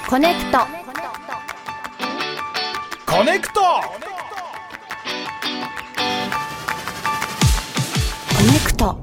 コネクトコネクトコネクト。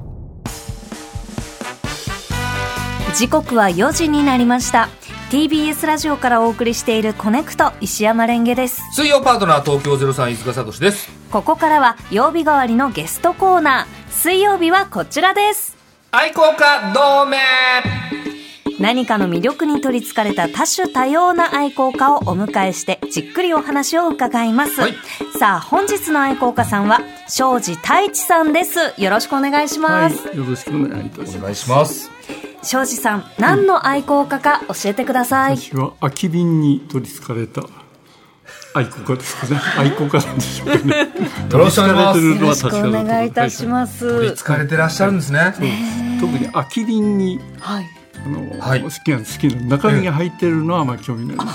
時刻は4時になりました。 TBS ラジオからお送りしているコネクト、石山レンゲです。 水曜パートナー東京03飯塚聡です。 ここからは曜日代わりのゲストコーナー。水曜日はこちらです。 愛好家同盟。 何かの魅力に取りつかれた多種多様な愛好家をお迎えしてじっくりお話を伺います、 はい、 さあ本日の愛好家さんは庄司太一さんです。よろしくお願いします、 はい、よろしくお願いいたします。 お願いします。 庄司さん、何の愛好家か教えてください。 私は空き瓶に取りつかれた愛好家ですかね。愛好家なんでしょうかね。 よろしくお願いします。 よろしくお願いいたします。 取りつかれてらっしゃるんですね。 そうです。特に空き瓶に、 はいはい、好きな中身が入ってるのは興味ないです。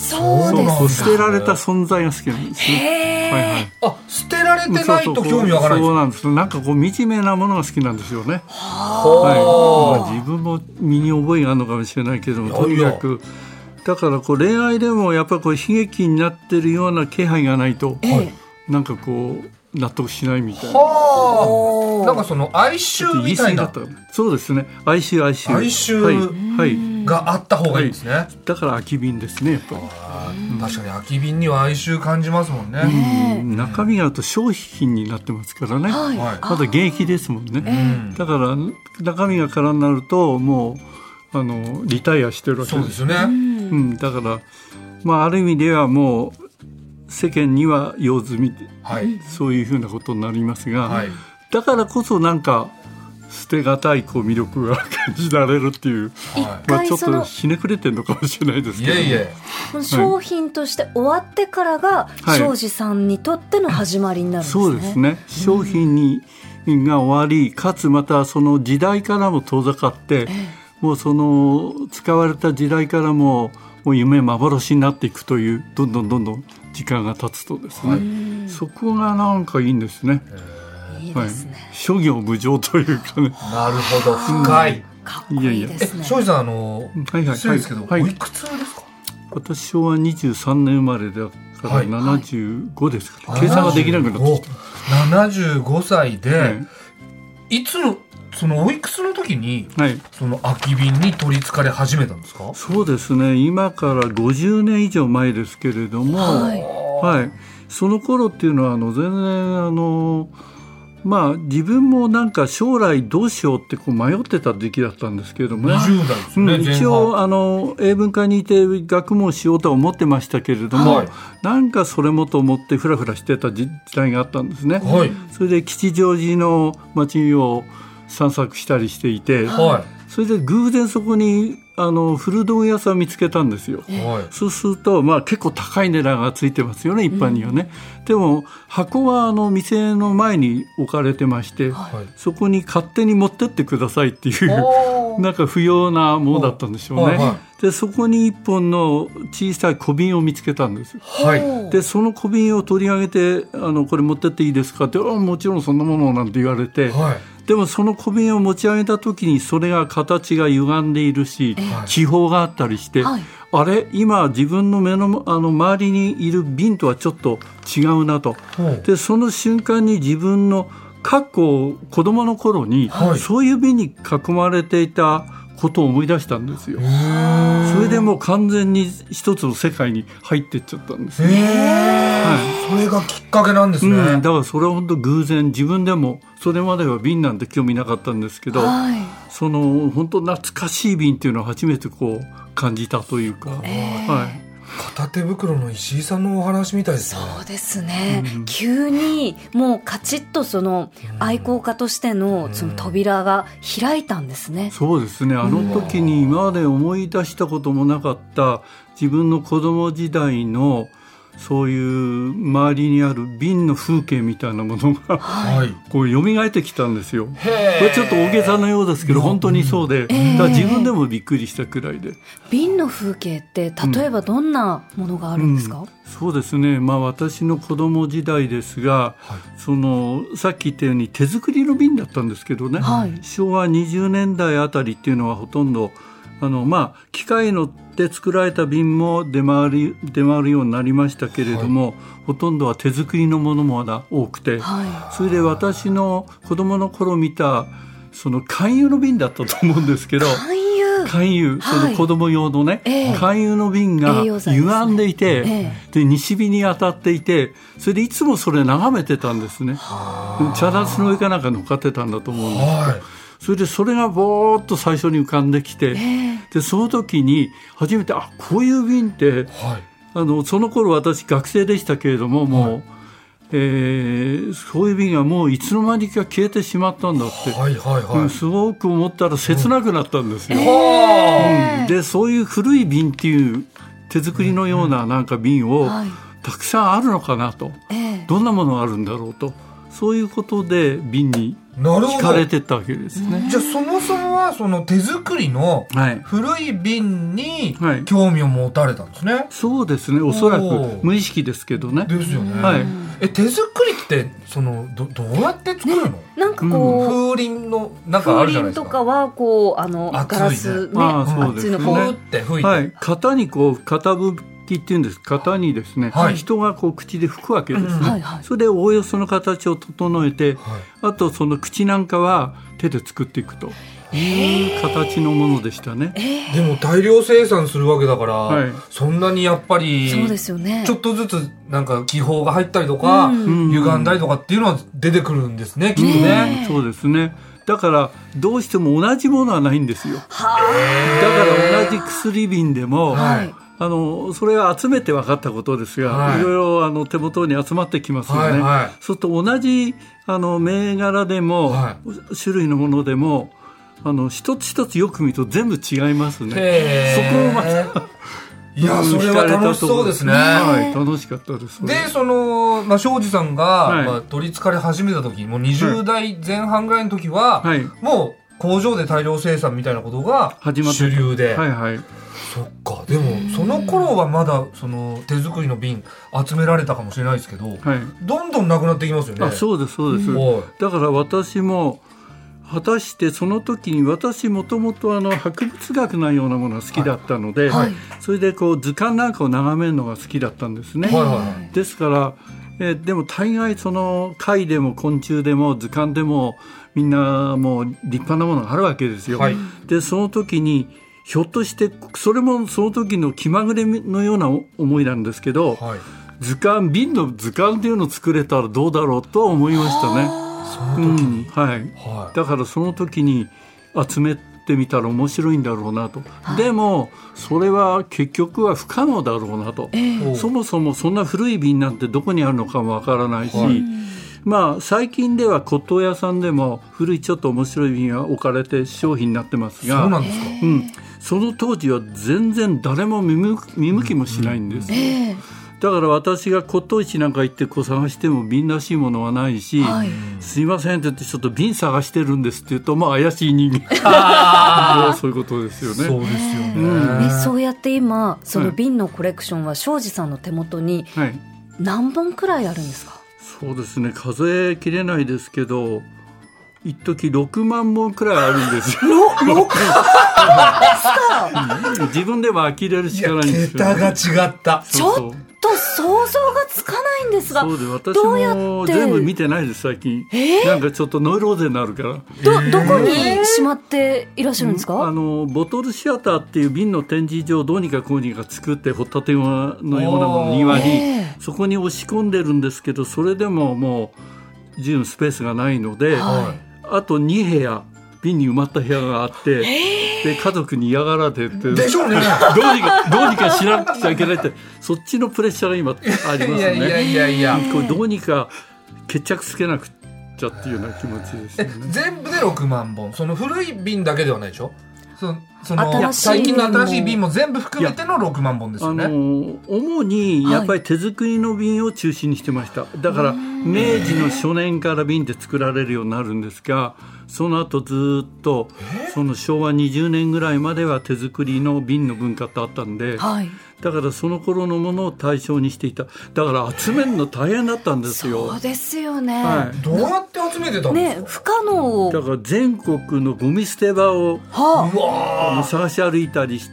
そうですか。 捨てられた存在が好きなんですね。はいはい、 あ、捨てられてないと興味わからないですか。そうなんです。なんか惨めなものが好きなんですよね。はい、自分も身に覚えがあるのかもしれないけども、とにかくだから恋愛でもやっぱり悲劇になってるような気配がないと、なんか納得しないみたいな。 なんかその哀愁みたいな。 そうですね。哀愁があった方がいいですね。 はい、だから空き瓶ですね、やっぱり。 確かに空き瓶には哀愁感じますもんね。 中身があると商品になってますからね。まだ現役ですもんね。だから中身が空になるともうリタイアしてるわけです。 そうですよね。 だからある意味ではもう世間には用済み、そういうふうなことになりますが、だからこそなんか捨てがたい魅力が感じられるっていう、ちょっとひねくれてるのかもしれないですけど、 商品として終わってからが庄司さんにとっての始まりになるんですね。 そうですね。商品が終わり、かつまたその時代からも遠ざかって、もうその使われた時代からもう夢幻になっていくという、どんどん時間が経つとですね、そこがなんかいいんですね。 いいですね。 諸行無常というかね。 なるほど、深い。 かっこいいですね。 庄司さん失礼ですけど、おいくつですか。 私昭和23年生まれだから75ですから、計算ができなくなってきた。 75歳で、いつのそのおいくつの時に、その空き瓶に取りつかれ始めたんですか。 そうですね、今から50年以上前ですけれども、その頃っていうのは全然自分もなんか将来どうしようって迷ってた時期だったんですけれどもね。 20代ですね。 一応英文科にいて学問しようとは思ってましたけれども、なんかそれもと思ってフラフラしてた時代があったんですね。それで吉祥寺の街を散策したりしていて、それで偶然そこに古道具屋さん見つけたんですよ。そうすると結構高い値段がついてますよね、一般にはね。でも箱は店の前に置かれてまして、そこに勝手に持ってってくださいっていうなんか不要なものだったんでしょうね。でそこに一本の小さい小瓶を見つけたんです。でその小瓶を取り上げてこれ持ってっていいですかって、もちろんそんなものなんて言われて、でもその小瓶を持ち上げた時にそれが形が歪んでいるし、気泡があったりして、あれ今自分の目の周りにいる瓶とはちょっと違うなと。でその瞬間に自分の子供の頃に、そういう瓶に囲まれていたことを思い出したんですよ。それでもう完全に一つの世界に入っていっちゃったんですね。 それがきっかけなんですね。 だからそれは本当偶然、自分でもそれまでは瓶なんて興味なかったんですけど、その本当懐かしい瓶っていうのを初めて感じたというか、 片手袋の石井さんのお話みたいですね。 そうですね、急にもうカチッとその愛好家としてのその扉が開いたんですね。 そうですね。時に今まで思い出したこともなかった自分の子供時代のそういう周りにある瓶の風景みたいなものが、蘇ってきたんですよ。これちょっと大げさなようですけど、本当にそうで、だから自分でもびっくりしたくらいで。 瓶の風景って例えばどんなものがあるんですか。 そうですね、私の子供時代ですが、さっき言ったように手作りの瓶だったんですけどね、昭和20年代あたりっていうのはほとんど機械で作られた瓶も出回るようになりましたけれども、ほとんどは手作りのものもまだ多くて、それで私の子供の頃見たその肝油の瓶だったと思うんですけど、肝油、その子供用のね、肝油の瓶が歪んでいて、で西日に当たっていて、それでいつもそれ眺めてたんですね。茶臼の上かなんか乗っかってたんだと思うんですけど、それでそれがぼーっと最初に浮かんできて、でその時に初めてこういう瓶って、その頃私学生でしたけれども、もう、そういう瓶がもういつの間にか消えてしまったんだって、すごく思ったら切なくなったんですよ。でそういう古い瓶っていう手作りのようななんか瓶をたくさんあるのかなと、どんなものがあるんだろうと、そういうことで瓶に惹かれてったわけですね。 じゃあそもそもはその手作りの古い瓶に興味を持たれたんですね。 そうですね、おそらく無意識ですけどね。 ですよね。手作りってどうやって作るの？ なんかこう風鈴のなんかあるじゃないですか。 風鈴とかはこうガラスね、 熱いのこうって吹いて、 型にこう型吹きっていうんです。型にですね、人がこう口で吹くわけですね。それでおおよその形を整えて、あとその口なんかは手で作っていくという形のものでしたね。 でも大量生産するわけだから、そんなにやっぱりそうですよね。 ちょっとずつなんか気泡が入ったりとか、歪んだりとかっていうのは出てくるんですね、きっとね。 そうですね。だからどうしても同じものはないんですよ。だから同じ薬瓶でも、それは集めて分かったことですが、いろいろ手元に集まってきますよね。そうすると同じ銘柄でも、種類のものでも一つ一つよく見ると全部違いますね。そこをまたいや、それは楽しそうですね。 楽しかったです。 で、庄司さんが、取り憑かれ始めた時、もう20代前半ぐらいの時は、もう工場で大量生産みたいなことが主流で。そっか。でもその頃はまだ手作りの瓶集められたかもしれないですけど、どんどんなくなっていきますよね。 そうですそうです。だから私も果たしてその時に私もともと博物学のようなものが好きだったので、それでこう図鑑なんかを眺めるのが好きだったんですね。ですからでも大概貝でも昆虫でも図鑑でもみんなもう立派なものがあるわけですよ。でその時にひょっとしてそれもその時の気まぐれのような思いなんですけど、瓶の図鑑っていうのを作れたらどうだろうとは思いましたね。その時に、だからその時に集めてみたら面白いんだろうなと、でもそれは結局は不可能だろうなと、そもそもそんな古い瓶なんてどこにあるのかもわからないし、最近では骨董屋さんでも古いちょっと面白い瓶が置かれて商品になってますが、 そうなんですか。 その当時は全然誰も見向きもしないんです。だから私が骨董市なんか行って探しても瓶らしいものはないし、すいませんって言ってちょっと瓶探してるんですって言うと、怪しい人間そういうことですよね。 そうですよね。 そうやって今その瓶のコレクションは庄司さんの手元に何本くらいあるんですか？ そうですね、数えきれないですけど一時6万本くらいあるんですよ。自分でも呆れるしかないんですよ、 桁が違った。 ちょっと想像がつかないんですが、 そうで私も全部見てないです最近。なんかちょっとノイローゼになるから。 どこにしまっていらっしゃるんですか？ ボトルシアターっていう瓶の展示場をどうにかこうにか作って、掘ったてのようなもの庭にそこに押し込んでるんですけど、それでももう十分スペースがないので、あと2部屋瓶に埋まった部屋があって、で家族に嫌がられてでしょうね。 どうにかしなくちゃいけないって、そっちのプレッシャーが今ありますね。これどうにか決着つけなくちゃっていうような気持ちですね。 全部で6万本。その古い瓶だけではないでしょ。最近の新しい瓶も全部含めての6万本ですよね。 主にやっぱり手作りの瓶を中心にしてました。だから明治の初年から瓶で作られるようになるんですが、その後ずっとその昭和20年ぐらいまでは手作りの瓶の文化ってあったんで、 だからその頃のものを対象にしていた。だから集めるの大変だったんですよ。 そうですよね、 はい、どうやって集めてたんですか？ 不可能を。 だから全国のゴミ捨て場を、探し歩いたりして、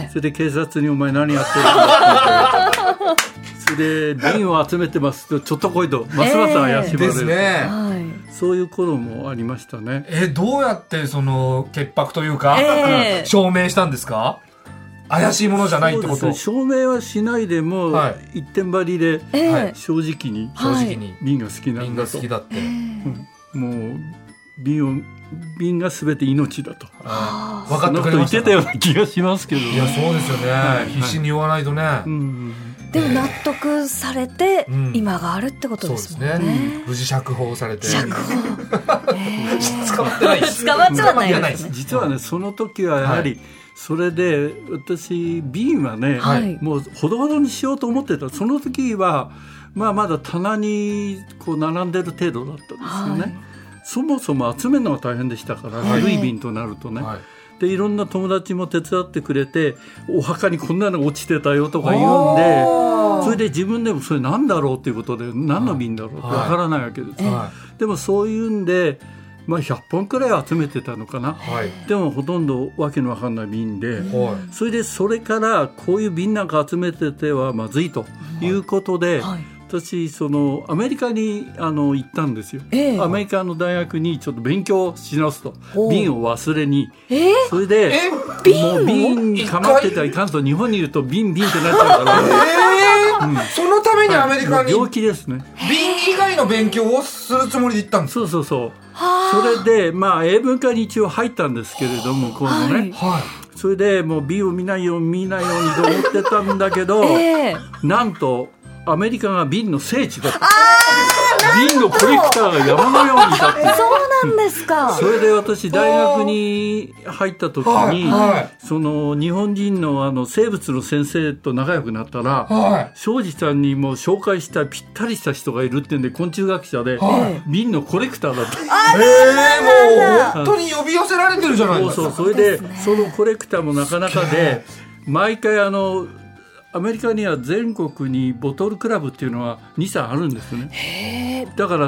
それで警察にお前何やってるんだってそれで瓶を集めてますとちょっと来いとますます怪しまれる、 ですね、 そういう頃もありましたね。 どうやってその潔白というか、証明したんですか？怪しいものじゃないってこと。 証明はしないでも、一点張りで、正直に瓶が好きなんだと。瓶が好きだって、もう瓶が全て命だと分かってくれました。 言ってたような気がしますけど、 いやそうですよね、必死に言わないとね、 でも納得されて、今があるってことですもんね。 そうですね、無事釈放されて。 釈放捕まってないです。 捕まってはないですね。 実はね、その時はやはり、それで私瓶はね、もうほどほどにしようと思ってた。その時は、まだ棚にこう並んでる程度だったんですよね、そもそも集めるのが大変でしたから、古い瓶となるとね、でいろんな友達も手伝ってくれて、お墓にこんなの落ちてたよとか言うんで、それで自分でもそれ何だろうということで、何の瓶だろうってわからないわけです、でもそういうんで、100本くらい集めてたのかな、でもほとんどわけのわかんない瓶で、それでそれからこういう瓶なんか集めててはまずいということで、私そのアメリカに行ったんですよ、アメリカの大学にちょっと勉強し直すと、瓶を忘れに、それでもう瓶かまってたらいかんと、日本にいると瓶ってなっちゃうから、 そのためにアメリカに、 病気ですね。 瓶以外の勉強をするつもりで行ったんですか？ そうそれで英文科に一応入ったんですけれども、このね、それでもう瓶を見ないようにと思ってたんだけど、なんとアメリカが瓶の聖地だった。瓶のコレクターが山のようにいたって。 そうなんですか。 それで私大学に入った時に、その日本人の生物の先生と仲良くなったら、庄司さんにもう紹介したぴったりした人がいるってんで、昆虫学者で、瓶のコレクターだった。 もう本当に呼び寄せられてるじゃないですか。 それでそのコレクターもなかなかで、毎回アメリカには全国にボトルクラブっていうのは2、3あるんですね。だから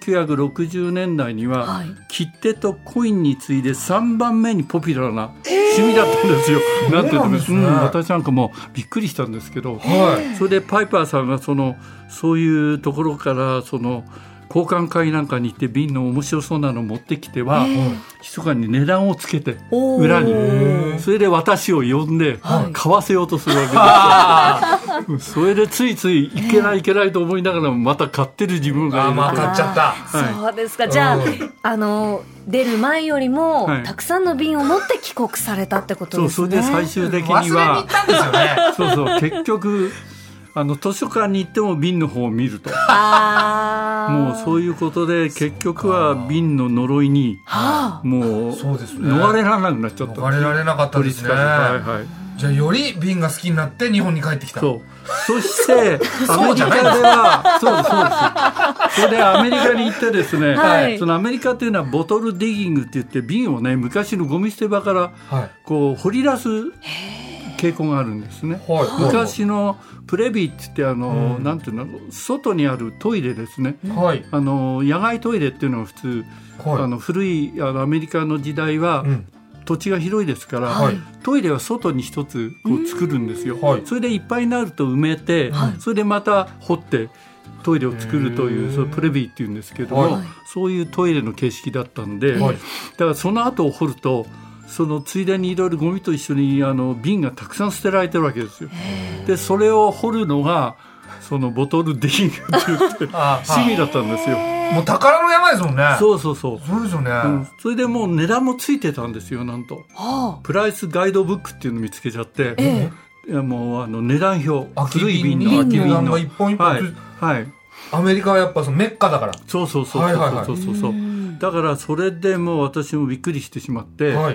1960年代には、切手とコインに次いで3番目にポピュラーな趣味だったんですよ。なんて言うんですね、私なんかもびっくりしたんですけど、それでパイパーさんがそういうところから交換会なんかに行って瓶の面白そうなのを持ってきては、密かに値段をつけて裏に、それで私を呼んで買わせようとするわけですよ、それでついついいけないと思いながらもまた買ってる自分がいる。 買っちゃった、 そうですか。じゃあ、出る前よりも、たくさんの瓶を持って帰国されたってことですね。 それで最終的には忘れに行ったんですよね。 結局図書館に行っても瓶の方を見ると、もうそういうことで結局は瓶の呪いにもう逃れられなくなっちゃった。 逃れられなかったですね。じゃあより瓶が好きになって日本に帰ってきた。 そしてアメリカではそれでアメリカに行ってですね、そのアメリカっていうのはボトルディギングって言って、瓶をね、昔のゴミ捨て場からこう掘り出す傾向があるんですね。昔のプレビーって言ってなんていうの、外にあるトイレですね、野外トイレっていうのは普通、古いアメリカの時代は、土地が広いですから、トイレは外に一つこう作るんですよ、それでいっぱいになると埋めて、それでまた掘ってトイレを作るという、それプレビーっていうんですけども、そういうトイレの形式だったんで、だからその後を掘ると、そのついでにいろいろゴミと一緒に瓶がたくさん捨てられてるわけですよ。でそれを掘るのがそのボトルディングって言って趣味だったんですよ。 もう宝の山ですもんね。 そうそうですよね、 それでもう値段もついてたんですよ。なんと、プライスガイドブックっていうのを見つけちゃって、いやもう値段表、古い瓶の空き瓶の一本一本、アメリカはやっぱメッカだから。 そうだからそれでもう私もびっくりしてしまって、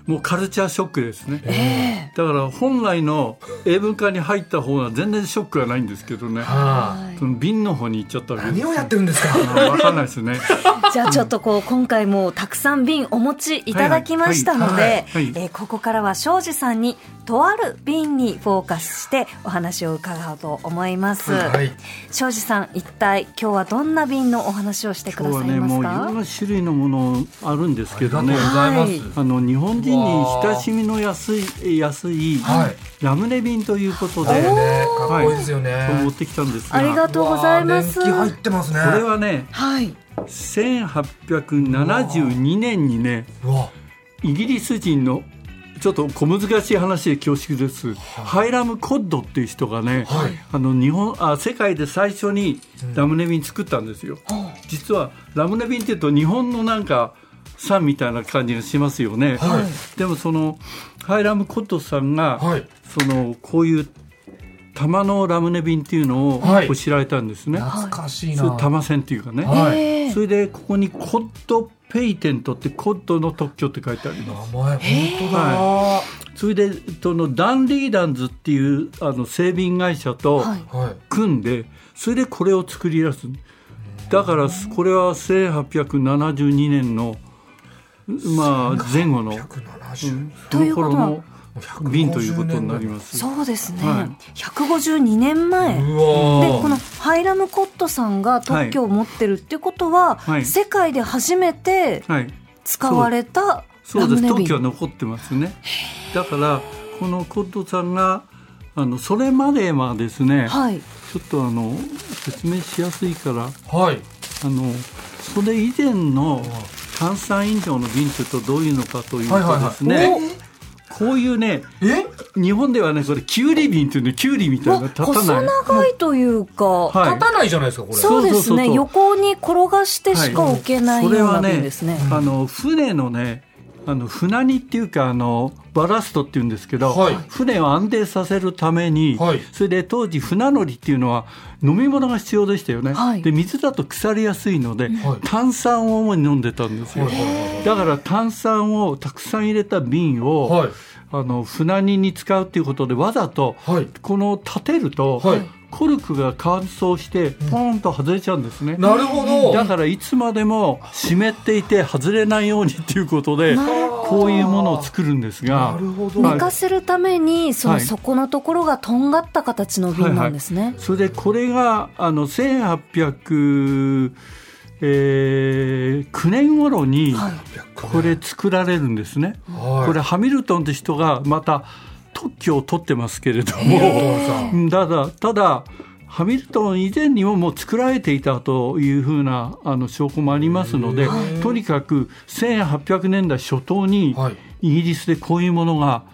もうカルチャーショックですね、だから本来の英文化に入った方が全然ショックはないんですけどね、その瓶の方に行っちゃったわけです。 何をやってるんですか。 分かんないですね。 じゃあちょっと今回もたくさん瓶お持ちいただきましたので、ここからは庄司さんにとある瓶にフォーカスしてお話を伺おうと思います。庄司さん、一体今日はどんな瓶のお話をしてくださいますか。 今日はね、もういろんな種類のものあるんですけどね、日本人に親しみの安いラムネ瓶ということで、 かっこいいですよね、 持ってきたんですが、 ありがとうございます。 年季入ってますね。 これはね、1872年にね、イギリス人のちょっと小難しい話で恐縮です、ハイラム・コッドっていう人がね、世界で最初にラムネ瓶作ったんですよ。実はラムネ瓶っていうと日本のなんか酸みたいな感じがしますよね、でもそのハイラム・コッドさんが、こういう玉のラムネ瓶っていうのを知られたんですね。 懐かしいな。 玉線っていうかね、それでここにコッドペイテントってコッドの特許って書いてあります。 名前本当だ、 それでダン・リーダンズっていう製瓶会社と組んで、それでこれを作り出す。だからこれは1872年の前後のということは瓶ということになります。 そうですね、152年前で、このハイラム・コッドさんが特許を持ってるっていうことは、世界で初めて使われたラムネ瓶。 そうです、特許は残ってますね。だからこのコッドさんがそれまではですね、ちょっと説明しやすいから、それ以前の炭酸飲料の瓶というとどういうのかというとですね、こういうね、日本ではね、これキュウリ瓶っていうね、キュウリみたいな立たない、 細長いというか、 立たないじゃないですかこれ。 そうですね、横に転がしてしか置けないような瓶ですね。 船のね、船荷っていうかバラストっていうんですけど、船を安定させるために、それで当時船乗りっていうのは飲み物が必要でしたよね、で水だと腐りやすいので、炭酸を主に飲んでたんですよ、だから炭酸をたくさん入れた瓶を、船荷に使うっていうことでわざと、この立てると、コルクが乾燥してポーンと外れちゃうんですね。 なるほど。 だからいつまでも湿っていて外れないようにっていうことでこういうものを作るんですが、 寝かせるためにその底のところがとんがった形の瓶なんですね。 それでこれが1809年頃にこれ作られるんですね、これハミルトンって人がまた特許を取ってますけれども、ただハミルトン以前にももう作られていたというふうな証拠もありますので、とにかく1800年代初頭にイギリスでこういうものが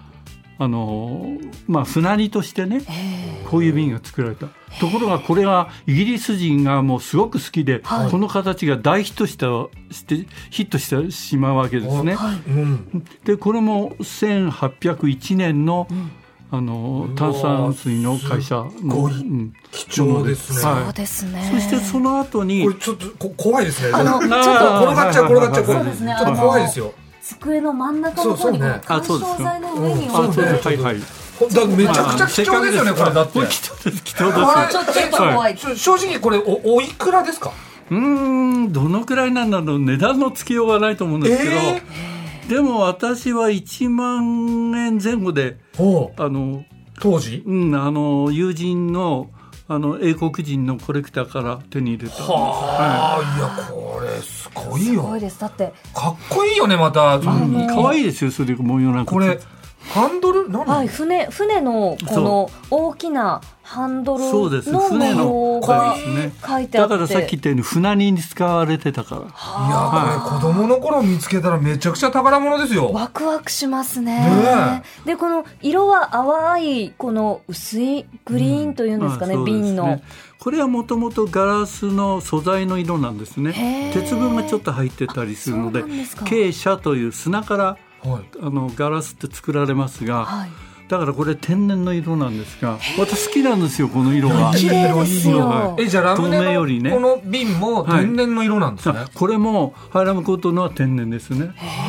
船荷としてね、こういう瓶が作られた。ところがこれがイギリス人がもうすごく好きで、この形が大ヒットしてしまうわけですね、でこれも1801年の炭酸水の会社の貴重ですね。 そうですね。 そしてその後にこれちょっと怖いですね。ちょっと転がっちゃうちょっと怖いですよ。 机の真ん中の方に緩衝材の上に置いて、 めちゃくちゃ貴重ですよねこれ。だって貴重です。ちょっと怖い。 正直これおいくらですか。 どのくらいなんだろう。値段のつけようがないと思うんですけど、でも私は1万円前後で当時、 友人の英国人のコレクターから手に入れたんです。いやこれすごいよ。 すごいです。だってかっこいいよね。また可愛いですよ。それ模様なんかこれハンドル船のこの大きなハンドルの船の模様が書いてあって、 だからさっき言ったように船荷に使われてたから。いやこれ子供の頃見つけたらめちゃくちゃ宝物ですよ。 ワクワクしますね。でこの色は淡いこの薄いグリーンというんですかね、瓶の。 これはもともとガラスの素材の色なんですね。鉄分がちょっと入ってたりするので、珪砂という砂からガラスって作られますが、だからこれ天然の色なんですが、私好きなんですよこの色が。 綺麗ですよ。 じゃあラムネのこの瓶も天然の色なんですね。 これもハイラムコッドのは天然ですね。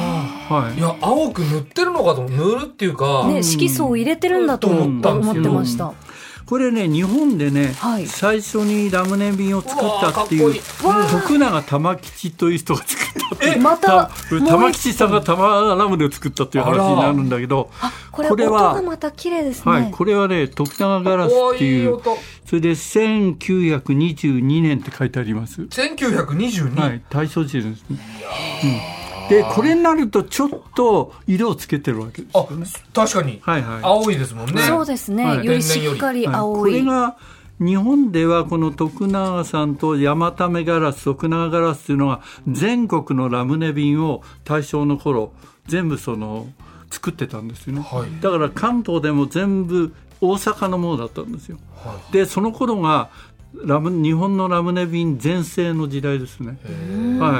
はい、 いや青く塗ってるのかと塗るっていうか、 ね、色素を入れてるんだと思ってました。 これね、日本でね、はい、最初にラムネ瓶を作ったっていう徳永玉吉という人が作ったっていう、 また玉吉さんが玉ラムネを作ったっていう話になるんだけど、 これは音がまた綺麗ですね。 はい、これはね、徳永ガラスっていう、それで1922年って書いてあります。 1922、 はい、大正時代ですね。でこれになるとちょっと色をつけてるわけですよね。 確かに、はいはい、青いですもんね。 そうですね、はい、よりしっかり青い、 これが日本ではこの徳永さんと山為ガラス、徳永ガラスというのが全国のラムネ瓶を大正の頃全部作ってたんですよね、はい、だから関東でも全部大阪のものだったんですよ、はい、でその頃が日本のラムネ瓶全盛の時代ですね。はい、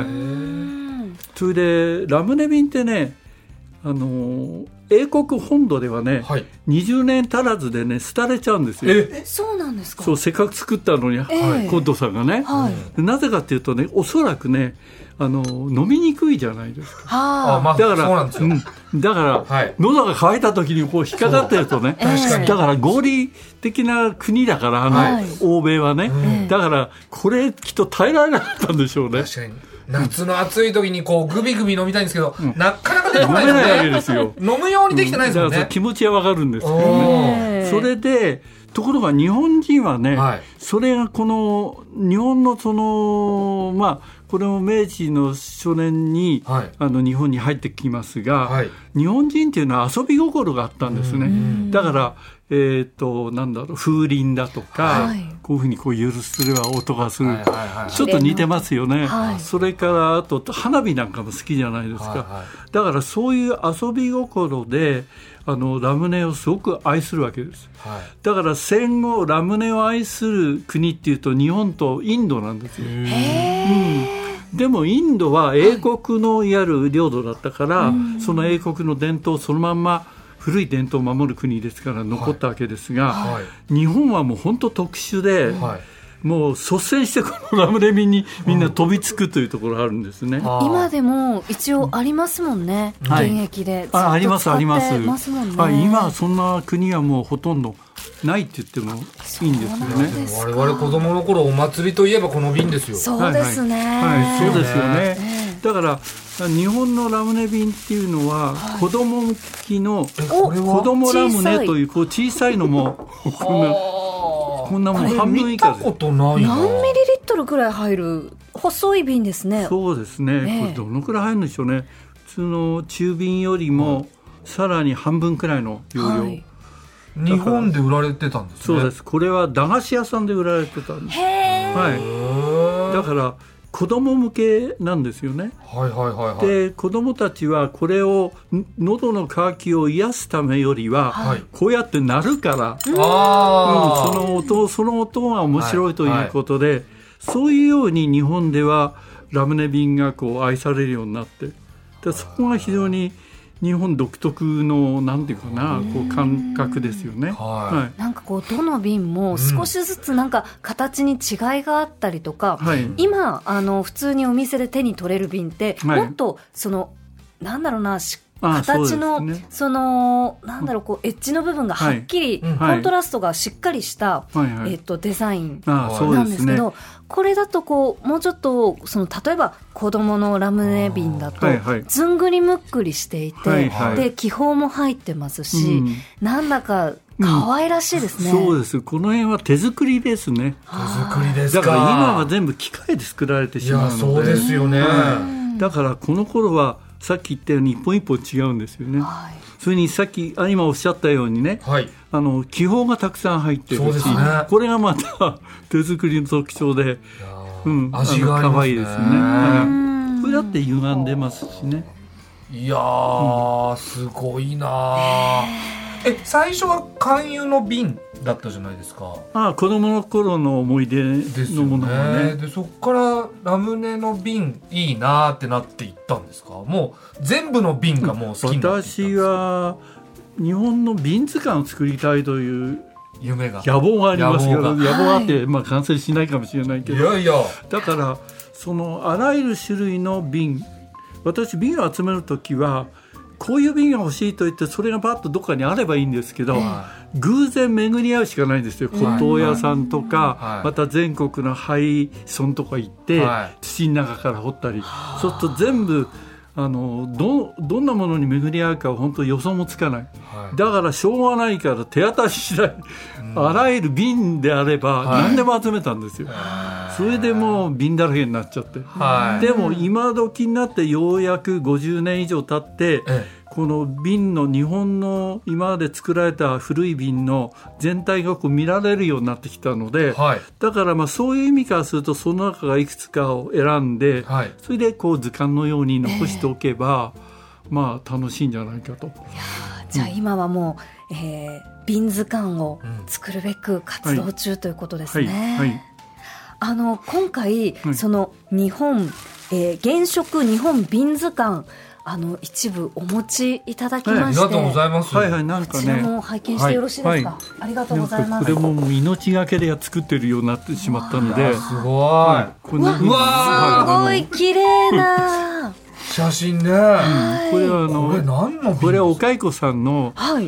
それでラムネ瓶ってね、英国本土ではね、はい、20年足らずでね廃れちゃうんですよ。 そうなんですか。 そう、せっかく作ったのに、コッドさんがね、はい、なぜかっていうとね、おそらくね飲みにくいじゃないですか。だから、そうなんですよ。だから、はい、喉が渇いた時にこう引っかかってるとね、だから合理的な国だから欧米はね、だからこれきっと耐えられなかったんでしょうね。 確かに夏の暑い時にこうグビグビ飲みたいんですけど、なかなかできない飲めないわけですよ。 飲むようにできてないですもんね。 だから気持ちはわかるんですけどね。それでところが日本人はね、はい、それがこの日本のこれも明治の初年に、はい、日本に入ってきますが、はい、日本人っていうのは遊び心があったんですね。だからなんだろう、風鈴だとか、はい、こういうふうにこう揺すれば音がする、ちょっと似てますよね、はい、それからあと花火なんかも好きじゃないですか、はいはい、だからそういう遊び心でラムネをすごく愛するわけです、はい、だから戦後ラムネを愛する国っていうと日本とインドなんですよ。でもインドは英国のいわゆる領土だったから、その英国の伝統をそのまんま古い伝統を守る国ですから残ったわけですが、はい、日本はもう本当特殊で、はい、もう率先してこのラムネ瓶にみんな飛びつくというところがあるんですね。 今でも一応ありますもんね、現役でずっとありますありますもんね。 今そんな国はもうほとんどないって言ってもいいんですよね。 我々子供の頃お祭りといえばこの瓶ですよ。 そうですね、 はい、そうですよね、だから日本のラムネ瓶っていうのは子供向きの子供ラムネというこう小さいのもこんなもん半分以下です。 見たことないな。 何ミリリットルくらい入る細い瓶ですね。 そうですね、これどのくらい入るんでしょうね。普通の中瓶よりもさらに半分くらいの容量、 日本で売られてたんですね。 そうです。これは駄菓子屋さんで売られてたんです。はい、だから子供向けなんですよね。はいはいはいはい、で子供たちはこれを喉の渇きを癒すためよりは、はい、こうやって鳴るから、その音が面白いということで、はいはい、そういうように日本ではラムネ瓶がこう愛されるようになって、でそこが非常に日本独特のなんていうかな、こう感覚ですよね。はい、 なんかこうどの瓶も少しずつなんか形に違いがあったりとか、今普通にお店で手に取れる瓶って、もっとなんだろうな、形のなんだろう、こうエッジの部分がはっきり、コントラストがしっかりした、デザインなんですけど、これだとこうもうちょっと例えば子供のラムネ瓶だとずんぐりむっくりしていて、で気泡も入ってますし、なんだか可愛らしいですね。 そうです。この辺は手作りですね。 手作りですか。 だから今は全部機械で作られてしまうので。 そうですよね。 だからこの頃はさっき言ったように一本一本違うんですよね。それにさっき今おっしゃったようにね、気泡がたくさん入ってるし、これがまた手作りの特徴で、 味がありますね。可愛いですね。 これだって歪んでますしね。 いやー、すごいな。最初は肝油の瓶だったじゃないですか。 子供の頃の思い出のものがね。 でそこからラムネの瓶いいなってなっていったんですか。もう全部の瓶がもう好きになっていったんですか。 私は日本の瓶図鑑を作りたいという夢が野望がありますけど、野望があって、完成しないかもしれないけど、 いやいや、 だからそのあらゆる種類の瓶私瓶を集めるときはこういう瓶が欲しいと言ってそれがパッとどっかにあればいいんですけど、偶然巡り合うしかないんですよ。骨董屋さんとか、また全国の廃村とか行って、土の中から掘ったり、そうすると全部どんなものに巡り合うかは本当予想もつかない、だからしょうがないから手当たり次第、あらゆる瓶であれば何でも集めたんですよ、それでもう瓶だらけになっちゃって、でも今時になってようやく50年以上経って、この瓶の日本の今まで作られた古い瓶の全体がこう見られるようになってきたので、だからそういう意味からするとその中がいくつかを選んで、それでこう図鑑のように残しておけば、楽しいんじゃないかと。 じゃあ今はもう、瓶図鑑を作るべく活動中ということですね。今回、その日本、原色日本瓶図鑑一部お持ちいただきまして、 ありがとうございます。 なんかこちらも拝見してよろしいですか。ありがとうございます。 これも命がけで作ってるようになってしまったので、 すごい、 すごい綺麗な写真ね。 これはこれ何の？ これはお蚕さんの、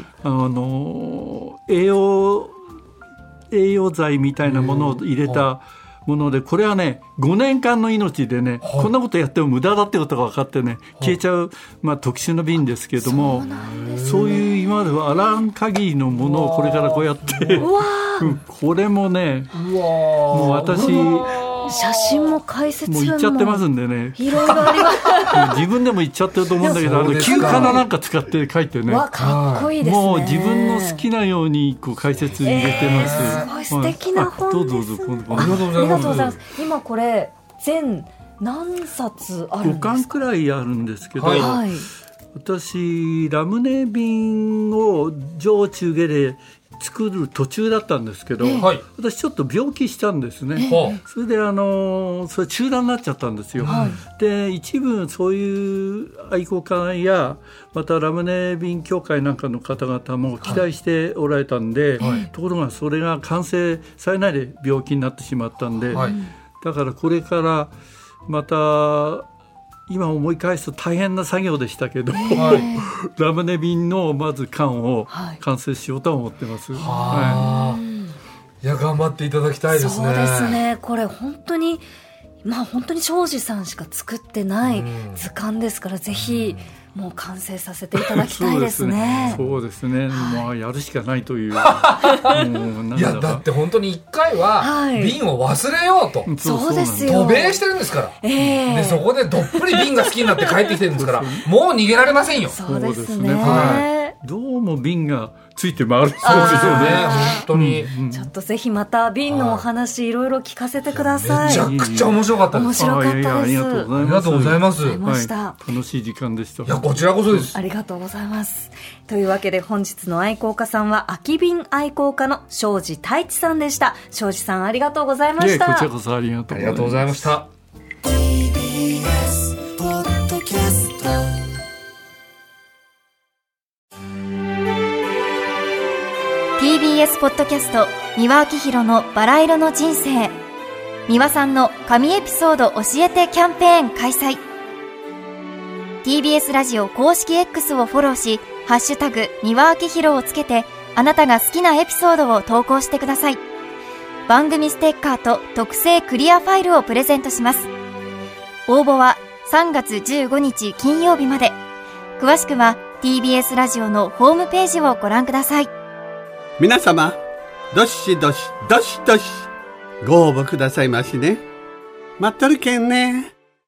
栄養剤みたいなものを入れたもので、これはね5年間の命でね、こんなことやっても無駄だってことが分かってね、消えちゃう、特殊な瓶ですけども、そういう今まではあらん限りのものをこれからこうやってこれもね、もう私写真も解説もう言っちゃってますんでね、 いろいろあります自分でも言っちゃってると思うんだけど、旧仮名なんか使って書いてね、 かっこいいですね。 もう自分の好きなようにこう解説入れてます、 すごい素敵な本です。 どうぞありがとうございます。今これ全何冊あるんですか？5 巻くらいあるんですけど、私ラムネ瓶を上中下で作る途中だったんですけど、私ちょっと病気したんですね、それでそれ中断になっちゃったんですよ、で一部そういう愛好家やまたラムネ瓶協会なんかの方々も期待しておられたんで、ところがそれが完成されないで病気になってしまったんで、だからこれからまた今思い返すと大変な作業でしたけど、ラムネ瓶のまず缶を完成しようと思ってます、いや頑張っていただきたいですね。 そうですね、これ本当に本当に庄司さんしか作ってない図鑑ですから、ぜひもう完成させていただきたいですね。 そうですね、やるしかないといういやだって本当に1回は瓶を忘れようと、 そうですよ、 渡米してるんですから、でそこでどっぷり瓶が好きになって帰ってきてるんですからもう逃げられませんよ。 そうですね、 どうも瓶がついて回るそうですよね、本当に、 ちょっとぜひまた瓶のお話いろいろ聞かせてください。 めちゃくちゃ面白かったです。 面白かったです。 ありがとうございます。 楽しい時間でした。 いやこちらこそです。 ありがとうございます。というわけで本日の愛好家さんは空き瓶愛好家の庄司太一さんでした。庄司さんありがとうございました。 こちらこそありがとうございました。 TBS ポッドキャスト TBS ポッドキャスト三輪明宏のバラ色の人生、三輪さんの神エピソード教えてキャンペーン開催。 TBS ラジオ公式 X をフォローし、ハッシュタグ三輪明宏をつけてあなたが好きなエピソードを投稿してください。番組ステッカーと特製クリアファイルをプレゼントします。応募は3月15日金曜日まで。詳しくは TBS ラジオのホームページをご覧ください。 皆様、どしどしどしどしご応募くださいましね。待っとるけんね。